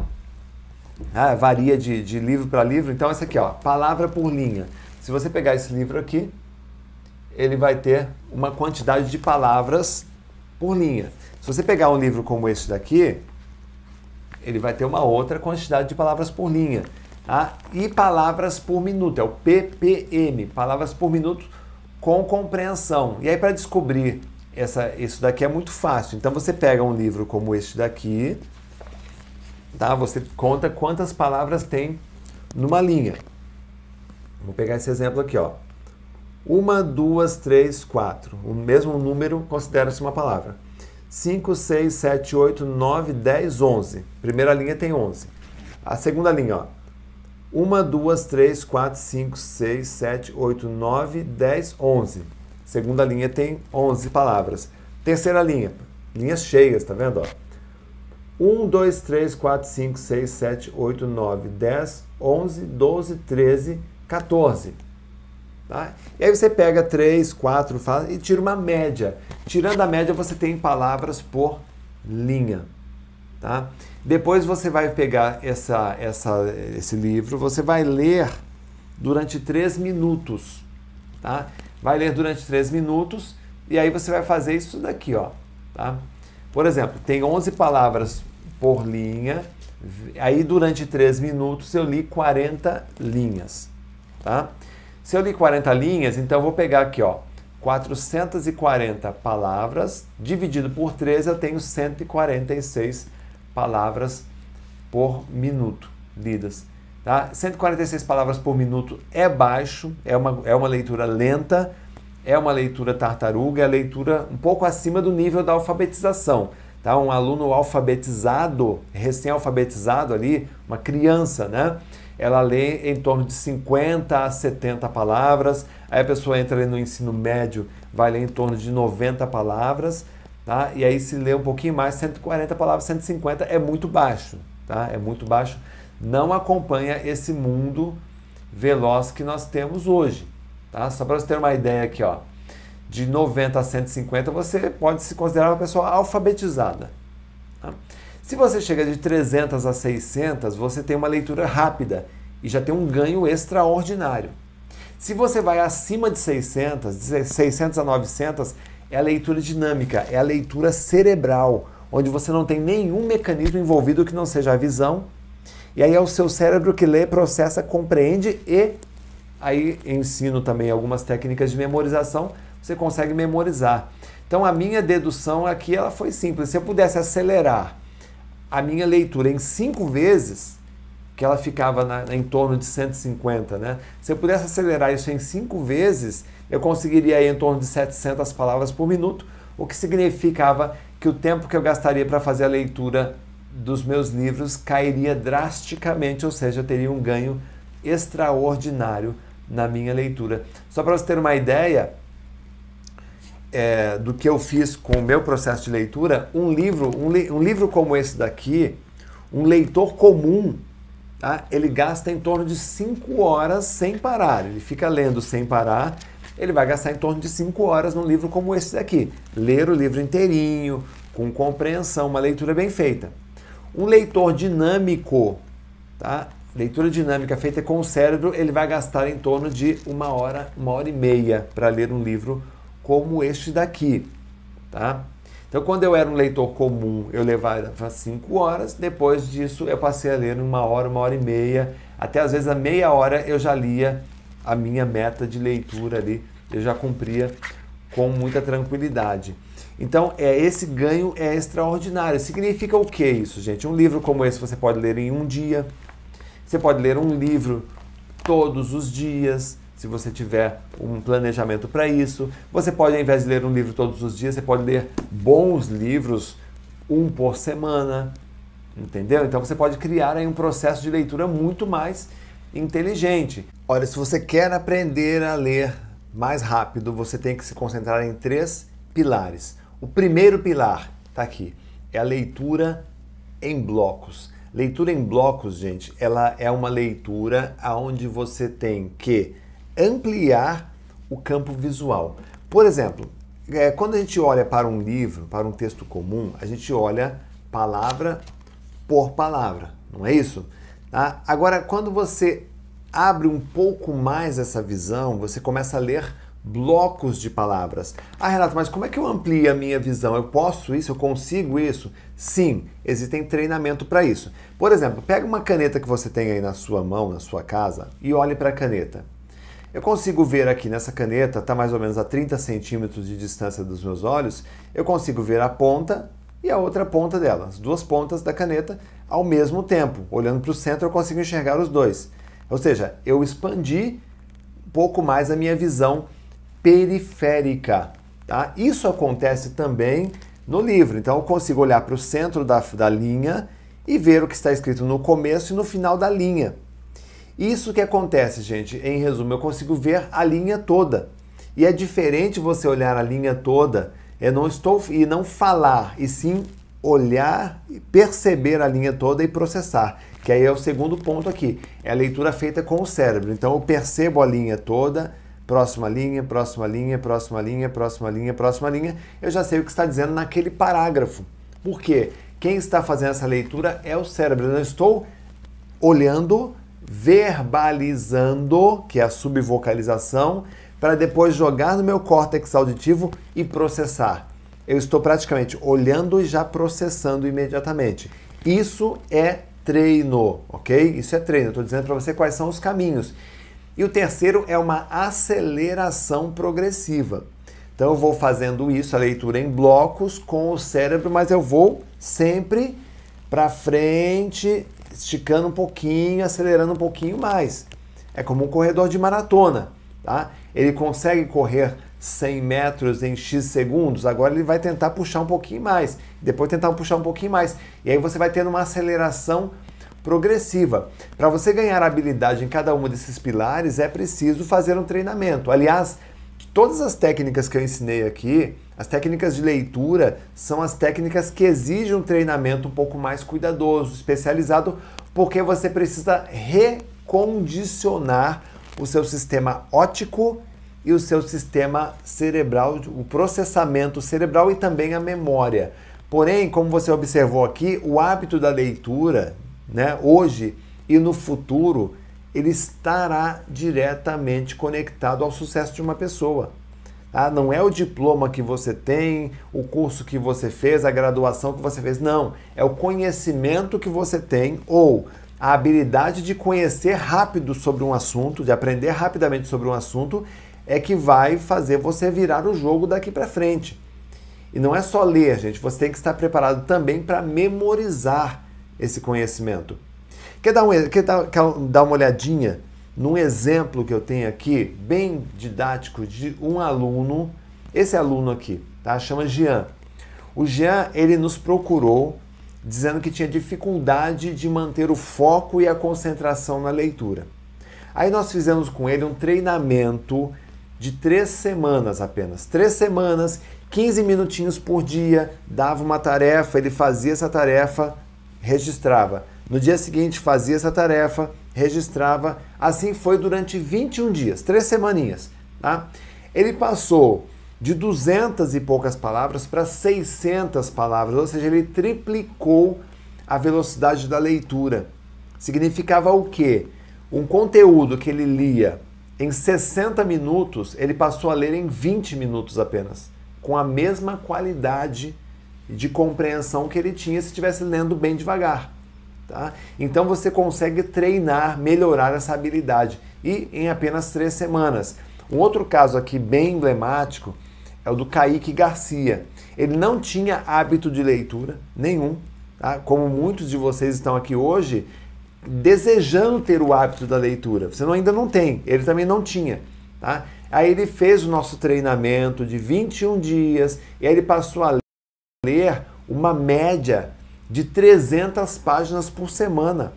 varia de livro para livro, então esse aqui, ó, palavra por linha. Se você pegar esse livro aqui, ele vai ter uma quantidade de palavras por linha. Se você pegar um livro como esse daqui, ele vai ter uma outra quantidade de palavras por linha. Tá? E palavras por minuto, é o ppm, palavras por minuto com compreensão. E aí para descobrir isso daqui é muito fácil. Então você pega um livro como este daqui, tá? Você conta quantas palavras tem numa linha. Vou pegar esse exemplo aqui, ó. 1, 2, 3, 4. O mesmo número considera-se uma palavra. 5, 6, 7, 8, 9, 10, 11. Primeira linha tem 11. A segunda linha, ó. 1, 2, 3, 4, 5, 6, 7, 8, 9, 10, 11. Segunda linha tem 11 palavras. Terceira linha, linhas cheias, tá vendo? Ó? 1, 2, 3, 4, 5, 6, 7, 8, 9, 10, 11, 12, 13, 14. Tá? E aí você pega 3, 4 e tira uma média. Tirando a média, você tem palavras por linha. Tá? Depois você vai pegar esse livro, você vai ler durante 3 minutos. Tá? Vai ler durante 3 minutos e aí você vai fazer isso daqui. Ó, tá? Por exemplo, tem 11 palavras por linha, aí durante 3 minutos eu li 40 linhas. Tá? Se eu li 40 linhas, então eu vou pegar aqui, ó, 440 palavras, dividido por 3, eu tenho 146 palavras por minuto lidas. Tá? 146 palavras por minuto é baixo, é uma leitura lenta, é uma leitura tartaruga, é a leitura um pouco acima do nível da alfabetização. Tá? Um aluno alfabetizado, recém-alfabetizado ali, uma criança, né? Ela lê em torno de 50 a 70 palavras, aí a pessoa entra ali no ensino médio, vai ler em torno de 90 palavras, tá? E aí se lê um pouquinho mais, 140 palavras, 150 é muito baixo, tá? É muito baixo, não acompanha esse mundo veloz que nós temos hoje, tá? Só para você ter uma ideia aqui, ó, de 90 a 150 você pode se considerar uma pessoa alfabetizada, tá? Se você chega de 300 a 600, você tem uma leitura rápida e já tem um ganho extraordinário. Se você vai acima de 600, de 600 a 900, é a leitura dinâmica, é a leitura cerebral, onde você não tem nenhum mecanismo envolvido que não seja a visão, e aí é o seu cérebro que lê, processa, compreende e aí ensino também algumas técnicas de memorização, você consegue memorizar. Então a minha dedução aqui ela foi simples, se eu pudesse acelerar a minha leitura em 5 vezes, que ela ficava em torno de 150, né? Se eu pudesse acelerar isso em 5 vezes, eu conseguiria ir em torno de 700 palavras por minuto, o que significava que o tempo que eu gastaria para fazer a leitura dos meus livros cairia drasticamente, ou seja, eu teria um ganho extraordinário na minha leitura. Só para você ter uma ideia do que eu fiz com o meu processo de leitura, um livro como esse daqui, um leitor comum, tá? Ele gasta em torno de 5 horas sem parar. Ele fica lendo sem parar, ele vai gastar em torno de 5 horas num livro como esse daqui. Ler o livro inteirinho, com compreensão, uma leitura bem feita. Um leitor dinâmico, tá? Leitura dinâmica feita com o cérebro, ele vai gastar em torno de 1 hora, 1h30 para ler um livro como este daqui, tá? Então, quando eu era um leitor comum, eu levava 5 horas, depois disso eu passei a ler 1 hora, 1h30, até às vezes a meia hora eu já lia a minha meta de leitura ali, eu já cumpria com muita tranquilidade. Então, esse ganho é extraordinário. Significa o que isso, gente? Um livro como esse você pode ler em um dia, você pode ler um livro todos os dias, se você tiver um planejamento para isso. Você pode, ao invés de ler um livro todos os dias, você pode ler bons livros, um por semana, entendeu? Então você pode criar aí um processo de leitura muito mais inteligente. Olha, se você quer aprender a ler mais rápido, você tem que se concentrar em 3 pilares. O primeiro pilar, tá aqui, é a leitura em blocos. Leitura em blocos, gente, ela é uma leitura onde você tem que ampliar o campo visual. Por exemplo, quando a gente olha para um livro, para um texto comum, a gente olha palavra por palavra, não é isso? Tá? Agora, quando você abre um pouco mais essa visão, você começa a ler blocos de palavras. Ah, Renato, mas como é que eu amplio a minha visão? Eu posso isso? Eu consigo isso? Sim, existe treinamento para isso. Por exemplo, pega uma caneta que você tem aí na sua mão, na sua casa, e olhe para a caneta. Eu consigo ver aqui nessa caneta, está mais ou menos a 30 centímetros de distância dos meus olhos, eu consigo ver a ponta e a outra ponta dela, as 2 pontas da caneta ao mesmo tempo. Olhando para o centro eu consigo enxergar os 2. Ou seja, eu expandi um pouco mais a minha visão periférica. Tá? Isso acontece também no livro. Então eu consigo olhar para o centro da linha e ver o que está escrito no começo e no final da linha. Isso que acontece, gente, em resumo, eu consigo ver a linha toda. E é diferente você olhar a linha toda e não falar, e sim olhar e perceber a linha toda e processar. Que aí é o segundo ponto aqui, é a leitura feita com o cérebro. Então eu percebo a linha toda, próxima linha, próxima linha, próxima linha, próxima linha, próxima linha, eu já sei o que está dizendo naquele parágrafo. Por quê? Quem está fazendo essa leitura é o cérebro. Eu não estou olhando, verbalizando, que é a subvocalização, para depois jogar no meu córtex auditivo e processar. Eu estou praticamente olhando e já processando imediatamente. Isso é treino, ok? Isso é treino. Estou dizendo para você quais são os caminhos. E o terceiro é uma aceleração progressiva. Então eu vou fazendo isso, a leitura em blocos com o cérebro, mas eu vou sempre para frente, esticando um pouquinho, acelerando um pouquinho mais. É como um corredor de maratona, tá? Ele consegue correr 100 metros em X segundos, agora ele vai tentar puxar um pouquinho mais, depois tentar puxar um pouquinho mais, e aí você vai tendo uma aceleração progressiva. Para você ganhar habilidade em cada um desses pilares, é preciso fazer um treinamento. Aliás, todas as técnicas que eu ensinei aqui, as técnicas de leitura, são as técnicas que exigem um treinamento um pouco mais cuidadoso, especializado, porque você precisa recondicionar o seu sistema óptico e o seu sistema cerebral, o processamento cerebral e também a memória. Porém, como você observou aqui, o hábito da leitura, né, hoje e no futuro, ele estará diretamente conectado ao sucesso de uma pessoa. Tá? Não é o diploma que você tem, o curso que você fez, a graduação que você fez, não. É o conhecimento que você tem ou a habilidade de conhecer rápido sobre um assunto, de aprender rapidamente sobre um assunto, é que vai fazer você virar o jogo daqui para frente. E não é só ler, gente, você tem que estar preparado também para memorizar esse conhecimento. Quer dar uma olhadinha num exemplo que eu tenho aqui, bem didático, de um aluno, esse aluno aqui, tá? Chama Jean. O Jean, ele nos procurou dizendo que tinha dificuldade de manter o foco e a concentração na leitura. Aí nós fizemos com ele um treinamento de 3 semanas apenas. 3 semanas, 15 minutinhos por dia, dava uma tarefa, ele fazia essa tarefa, registrava. No dia seguinte fazia essa tarefa, registrava. Assim foi durante 21 dias, 3 semaninhas. Tá? Ele passou de 200 e poucas palavras para 600 palavras, ou seja, ele triplicou a velocidade da leitura. Significava o quê? Um conteúdo que ele lia em 60 minutos, ele passou a ler em 20 minutos apenas, com a mesma qualidade de compreensão que ele tinha se estivesse lendo bem devagar. Tá? Então você consegue treinar, melhorar essa habilidade e em apenas 3 semanas. Um outro caso aqui bem emblemático é o do Kaique Garcia. Ele não tinha hábito de leitura nenhum, tá? Como muitos de vocês estão aqui hoje desejando ter o hábito da leitura. Você ainda não tem, ele também não tinha. Tá? Aí ele fez o nosso treinamento de 21 dias e aí ele passou a ler uma média de 300 páginas por semana.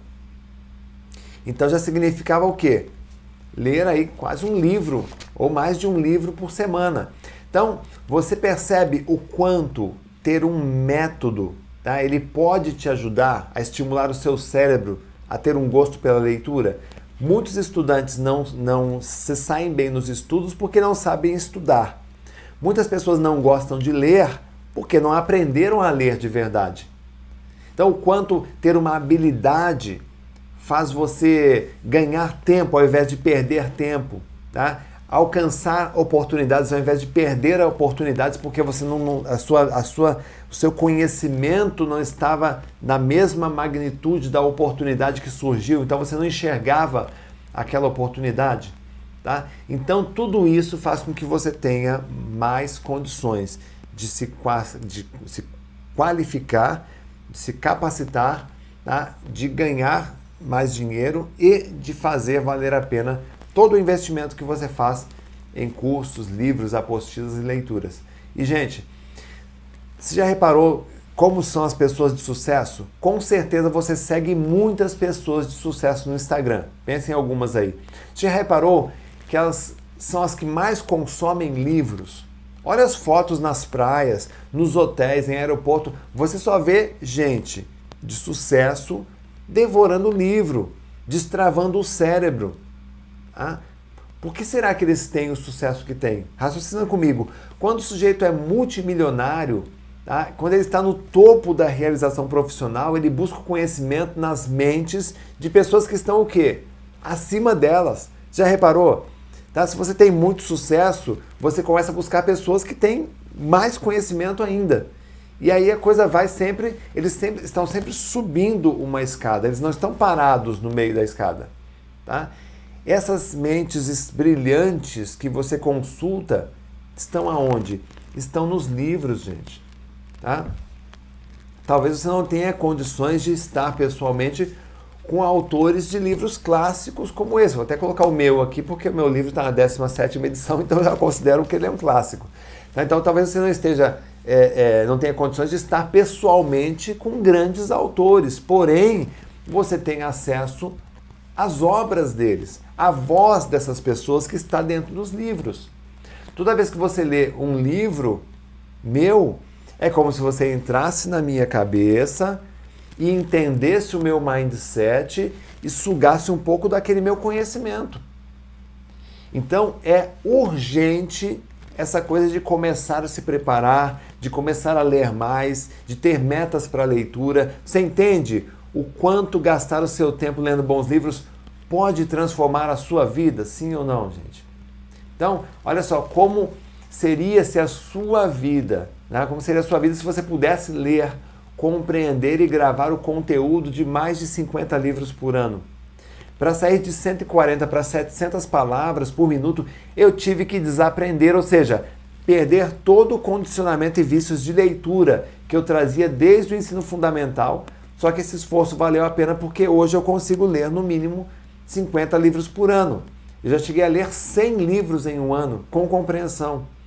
Então já significava o quê? Ler aí quase um livro, ou mais de um livro por semana. Então, você percebe o quanto ter um método, tá? Ele pode te ajudar a estimular o seu cérebro a ter um gosto pela leitura. Muitos estudantes não se saem bem nos estudos porque não sabem estudar. Muitas pessoas não gostam de ler porque não aprenderam a ler de verdade. Então, o quanto ter uma habilidade faz você ganhar tempo ao invés de perder tempo, tá? Alcançar oportunidades ao invés de perder oportunidades porque você o seu conhecimento não estava na mesma magnitude da oportunidade que surgiu, então você não enxergava aquela oportunidade, tá? Então tudo isso faz com que você tenha mais condições de se qualificar, de se capacitar, tá? De ganhar mais dinheiro e de fazer valer a pena todo o investimento que você faz em cursos, livros, apostilas e leituras. E, gente, você já reparou como são as pessoas de sucesso? Com certeza você segue muitas pessoas de sucesso no Instagram. Pensa em algumas aí. Você já reparou que elas são as que mais consomem livros? Olha as fotos nas praias, nos hotéis, em aeroporto. Você só vê gente de sucesso devorando livro, destravando o cérebro. Ah, por que será que eles têm o sucesso que têm? Raciocina comigo. Quando o sujeito é multimilionário, tá? Quando ele está no topo da realização profissional, ele busca o conhecimento nas mentes de pessoas que estão o quê? Acima delas. Já reparou? Tá? Se você tem muito sucesso, você começa a buscar pessoas que têm mais conhecimento ainda. E aí a coisa vai sempre, estão sempre subindo uma escada, eles não estão parados no meio da escada, tá? Essas mentes brilhantes que você consulta estão aonde? Estão nos livros, gente, tá? Talvez você não tenha condições de estar pessoalmente com autores de livros clássicos como esse. Vou até colocar o meu aqui, porque o meu livro está na 17ª edição, então eu já considero que ele é um clássico. Tá? Então talvez você não esteja... não tenha condições de estar pessoalmente com grandes autores, porém você tem acesso às obras deles, à voz dessas pessoas que está dentro dos livros. Toda vez que você lê um livro meu, é como se você entrasse na minha cabeça e entendesse o meu mindset e sugasse um pouco daquele meu conhecimento. Então é urgente essa coisa de começar a se preparar, de começar a ler mais, de ter metas para a leitura. Você entende o quanto gastar o seu tempo lendo bons livros pode transformar a sua vida? Sim ou não, gente? Então, olha só, como seria se a sua vida, né? Como seria a sua vida se você pudesse ler, compreender e gravar o conteúdo de mais de 50 livros por ano? Para sair de 140 para 700 palavras por minuto, eu tive que desaprender, ou seja, perder todo o condicionamento e vícios de leitura que eu trazia desde o ensino fundamental, só que esse esforço valeu a pena porque hoje eu consigo ler no mínimo 50 livros por ano. Eu já cheguei a ler 100 livros em um ano, com compreensão.